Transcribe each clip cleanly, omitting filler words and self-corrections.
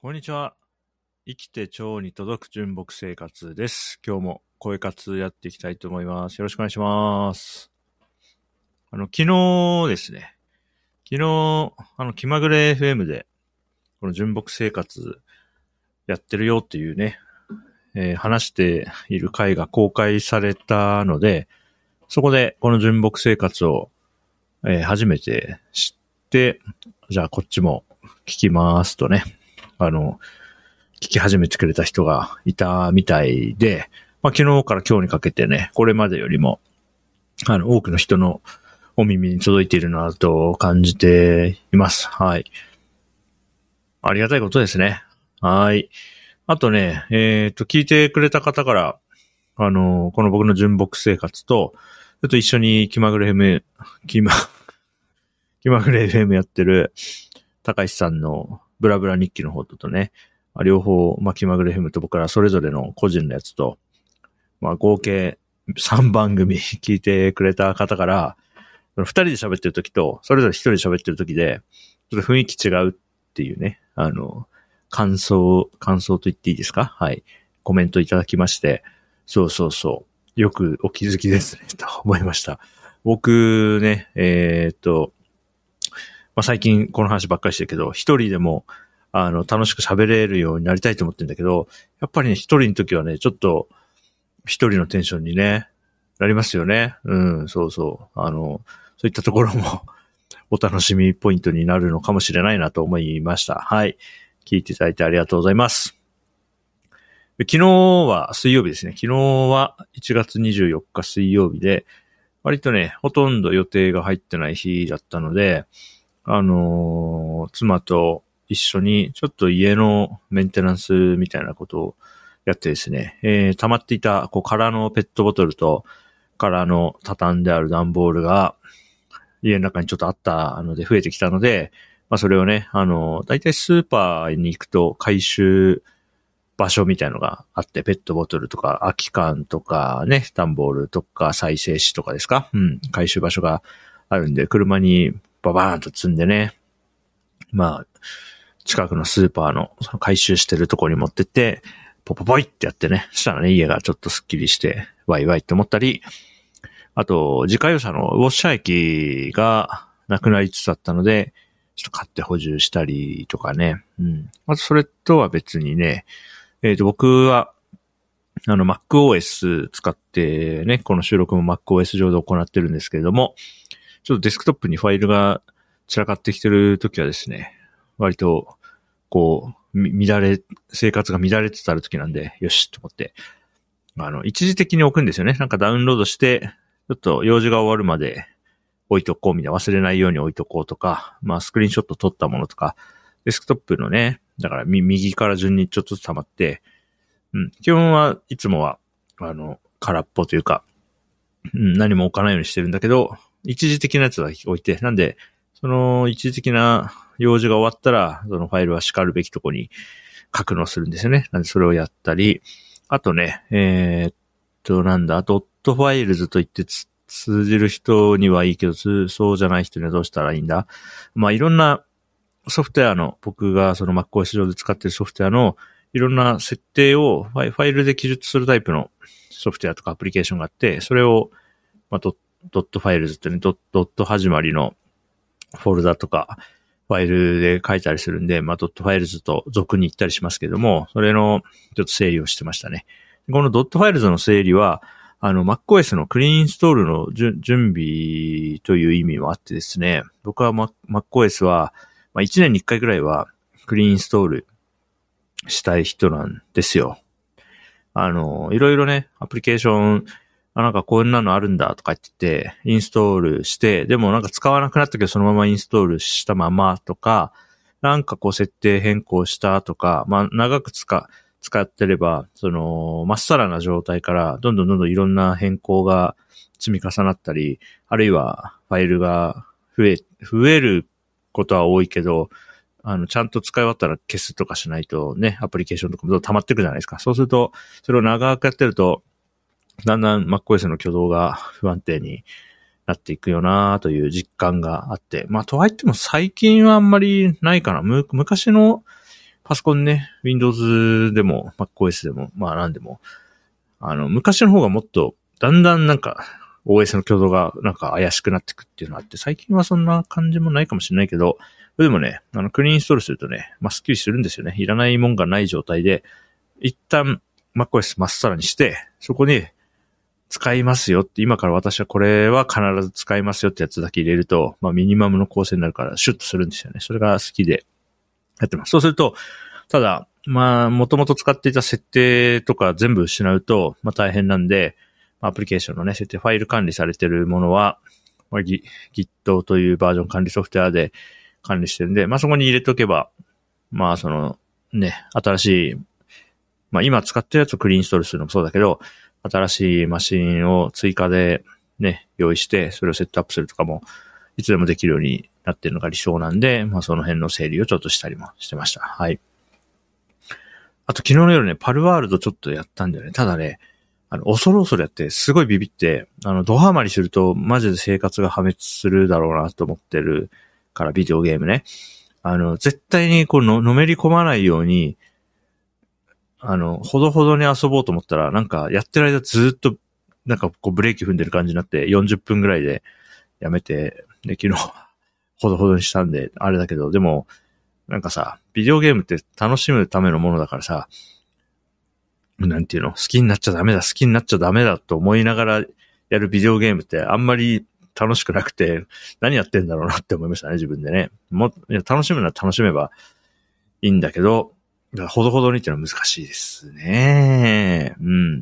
こんにちは。生きて腸に届く純木生活です。今日も声活やっていきたいと思います。よろしくお願いします。昨日ですね。昨日、気まぐれ FM で、この純木生活やってるよっていうね、話している回が公開されたので、そこでこの純木生活を、初めて知って、じゃあこっちも聞きますとね、聞き始めてくれた人がいたみたいで、昨日から今日にかけてね、これまでよりも、多くの人のお耳に届いているなと感じています。はい。ありがたいことですね。はい。あとね、聞いてくれた方から、この僕の純木生活と、ちょっと一緒に気まぐれ FM やってる、高橋さんのブラブラ日記の方とね、両方、気まぐれ FM と僕らそれぞれの個人のやつと、合計3番組聞いてくれた方から、2人で喋ってる時と、それぞれ1人で喋ってる時で、ちょっと雰囲気違うっていうね、感想と言っていいですか？はい。コメントいただきまして、そう。よくお気づきですね、と思いました。僕ね、最近この話ばっかりしてるけど、一人でも、楽しく喋れるようになりたいと思ってるんだけど、やっぱりね、一人の時はね、ちょっと、一人のテンションにね、なりますよね。そう。そういったところも、お楽しみポイントになるのかもしれないなと思いました。はい。聞いていただいてありがとうございます。昨日は水曜日ですね。昨日は1月24日水曜日で、割とね、ほとんど予定が入ってない日だったので、妻と一緒にちょっと家のメンテナンスみたいなことをやってですね、溜まっていた空のペットボトルと空の畳んである段ボールが家の中にちょっとあったので増えてきたので、それをね、だいたいスーパーに行くと回収場所みたいのがあって、ペットボトルとか空き缶とかね、段ボールとか再生紙とかですか？回収場所があるんで、車にババーンと積んでね、近くのスーパーのその回収してるところに持ってって、ポポポイってやってね、したらね、家がちょっとスッキリして、ワイワイって思ったり、あと、自家用車のウォッシャー液がなくなりつつあったので、ちょっと買って補充したりとかね。あと、それとは別にね、僕は、MacOS 使ってね、この収録も MacOS 上で行ってるんですけれども、ちょっとデスクトップにファイルが散らかってきてるときはですね、割と、生活が乱れつつあるときなんで、よしと思って、一時的に置くんですよね。なんかダウンロードして、ちょっと用事が終わるまで置いとこうみたいな、忘れないように置いとこうとか、スクリーンショット撮ったものとか、デスクトップのね、だから右から順にちょっとずつ溜まって、基本はいつもは、空っぽというか、何も置かないようにしてるんだけど、一時的なやつは置いて、なんで、その一時的な用事が終わったら、そのファイルは叱るべきとこに格納するんですよね。なんでそれをやったり、あとね、ドットファイルズと言って通じる人にはいいけど、そうじゃない人にはどうしたらいいんだ？いろんなソフトウェアの、僕がその MacOS 上で使ってるソフトウェアのいろんな設定をファイルで記述するタイプのソフトウェアとかアプリケーションがあって、それを、ドットファイルズってね、ドット始まりのフォルダとかファイルで書いたりするんで、ドットファイルズと俗に言ったりしますけども、それのちょっと整理をしてましたね。このドットファイルズの整理は、MacOS のクリーンインストールの準備という意味もあってですね、僕は MacOS は、1年に1回くらいはクリーンインストールしたい人なんですよ。いろいろね、アプリケーション、なんかこんなのあるんだとか言って、インストールして、でもなんか使わなくなったけどそのままインストールしたままとか、なんか設定変更したとか、長く使ってれば、まっさらな状態からどんどんいろんな変更が積み重なったり、あるいはファイルが増えることは多いけど、ちゃんと使い終わったら消すとかしないとね、アプリケーションとかも溜まってくるじゃないですか。そうすると、それを長くやってると、だんだん MacOS の挙動が不安定になっていくよなという実感があって。とはいっても最近はあんまりないかな。昔のパソコンね、Windows でも MacOS でも、まあなんでも、昔の方がもっと、だんだんなんか、OS の挙動がなんか怪しくなってくっていうのがあって、最近はそんな感じもないかもしれないけど、でもね、クリーンインストールするとね、まあ、スッキリするんですよね。いらないもんがない状態で、一旦 MacOS まっさらにして、そこに使いますよって、今から私はこれは必ず使いますよってやつだけ入れると、まあ、ミニマムの構成になるからシュッとするんですよね。それが好きでやってます。そうすると、ただ、まあ、もともと使っていた設定とか全部失うと、まあ大変なんで、アプリケーションのね、設定ファイル管理されているものは、まあ、Git というバージョン管理ソフトウェアで管理してるんで、まあそこに入れておけば、まあそのね、新しい、まあ今使ってるやつをクリーンインストールするのもそうだけど、新しいマシンを追加でね、用意して、それをセットアップするとかも、いつでもできるようになってるのが理想なんで、まあその辺の整理をちょっとしたりもしてました。はい。あと昨日の夜ね、パルワールドちょっとやったんだよね。ただね、恐る恐るやってすごいビビって、ドハマりするとマジで生活が破滅するだろうなと思ってるから、ビデオゲームね。絶対にこうのめり込まないように、ほどほどに遊ぼうと思ったら、なんかやってる間ずっと、なんかこうブレーキ踏んでる感じになって40分ぐらいでやめて、で、昨日ほどほどにしたんで、あれだけど、でも、なんかさ、ビデオゲームって楽しむためのものだからさ、なんていうの、好きになっちゃダメだと思いながらやるビデオゲームってあんまり楽しくなくて、何やってんだろうなって思いましたね、自分でね。いや楽しむなら楽しめばいいんだけど、ほどほどにっていうのは難しいですね。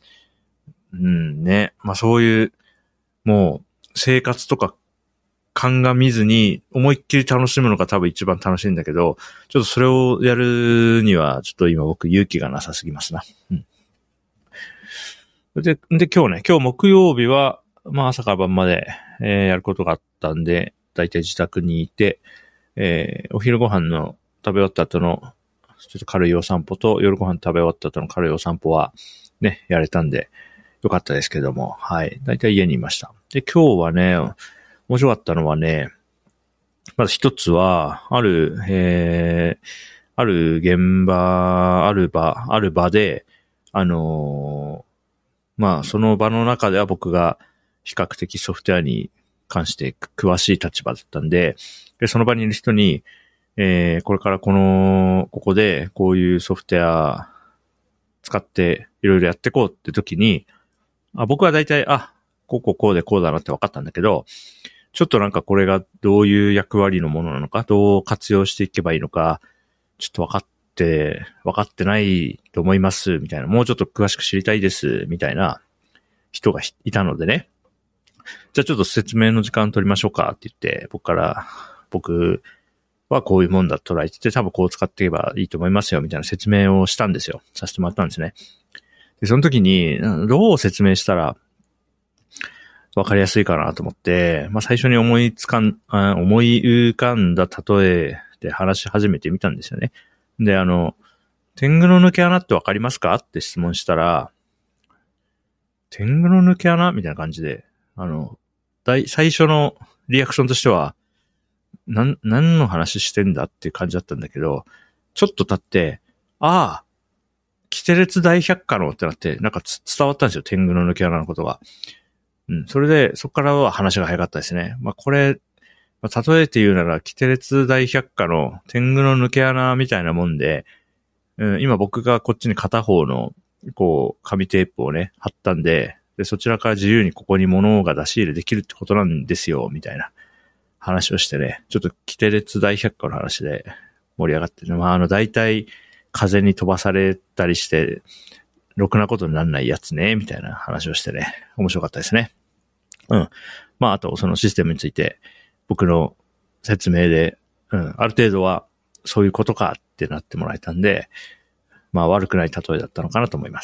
ね。まあそういう、もう、生活とか鑑みずに思いっきり楽しむのが多分一番楽しいんだけど、ちょっとそれをやるにはちょっと今僕勇気がなさすぎますな。で、今日木曜日は、まあ朝から晩まで、やることがあったんで、だいたい自宅にいて、お昼ご飯の食べ終わった後の、ちょっと軽いお散歩と、夜ご飯食べ終わった後の軽いお散歩は、ね、やれたんで、よかったですけども、はい。だいたい家にいました。で、今日はね、面白かったのはね、まず一つは、ある現場、ある場で、まあ、その場の中では僕が比較的ソフトウェアに関して詳しい立場だったんで、その場にいる人に、これからここでこういうソフトウェア使っていろいろやっていこうって時に、僕は大体、こうでこうだなって分かったんだけど、ちょっとなんかこれがどういう役割のものなのか、どう活用していけばいいのか、ちょっと分かってないと思います、みたいな。もうちょっと詳しく知りたいです、みたいな人がいたのでね。じゃあちょっと説明の時間取りましょうかって言って、僕はこういうもんだと捉えてて、多分こう使っていけばいいと思いますよ、みたいな説明をしたんですよ。させてもらったんですね。で、その時に、どう説明したらわかりやすいかなと思って、まあ最初に思い浮かんだ例えで話し始めてみたんですよね。で、天狗の抜け穴ってわかりますかって質問したら、天狗の抜け穴みたいな感じで、最初のリアクションとしては、何の話してんだっていう感じだったんだけど、ちょっと経って、キテレツ大百科のってなって、なんか伝わったんですよ、天狗の抜け穴のことが。それで、そこからは話が早かったですね。まあ、これ、例えて言うなら、キテレツ大百科の天狗の抜け穴みたいなもんで、今僕がこっちに片方の、紙テープをね、貼ったんで、そちらから自由にここに物が出し入れできるってことなんですよ、みたいな話をしてね、ちょっとキテレツ大百科の話で盛り上がってる。まあ、大体風に飛ばされたりして、ろくなことにならないやつね、みたいな話をしてね、面白かったですね。まあ、あと、そのシステムについて、僕の説明で、ある程度は、そういうことかってなってもらえたんで、まあ、悪くない例えだったのかなと思います。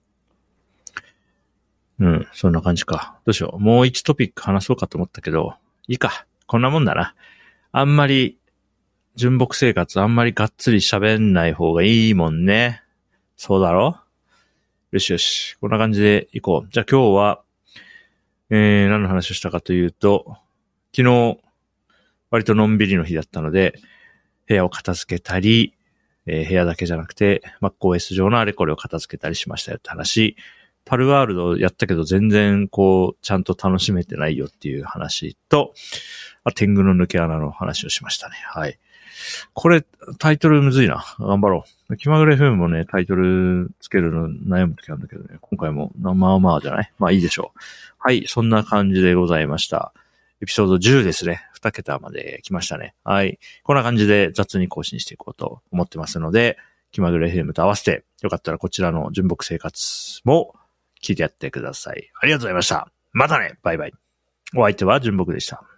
そんな感じか。どうしよう。もう1トピック話そうかと思ったけど、いいか。こんなもんだな。あんまり、純朴生活あんまりがっつり喋んない方がいいもんね。そうだろ？よしよし。こんな感じでいこう。じゃあ今日は、何の話をしたかというと、昨日、割とのんびりの日だったので、部屋を片付けたり、 部屋だけじゃなくて MacOS 上のあれこれを片付けたりしましたよって話。パルワールドやったけど全然ちゃんと楽しめてないよっていう話と、天狗の抜け穴の話をしましたね。はい。これ、タイトルむずいな。頑張ろう。気まぐれ FM もね、タイトルつけるの悩むときあるんだけどね、今回も、まあまあじゃない？まあいいでしょう。はい、そんな感じでございました。エピソード10ですね。2桁まで来ましたね。はい。こんな感じで雑に更新していこうと思ってますので、気まぐれ FM と合わせて、よかったらこちらの純木生活も聞いてやってください。ありがとうございました。またね。バイバイ。お相手は純木でした。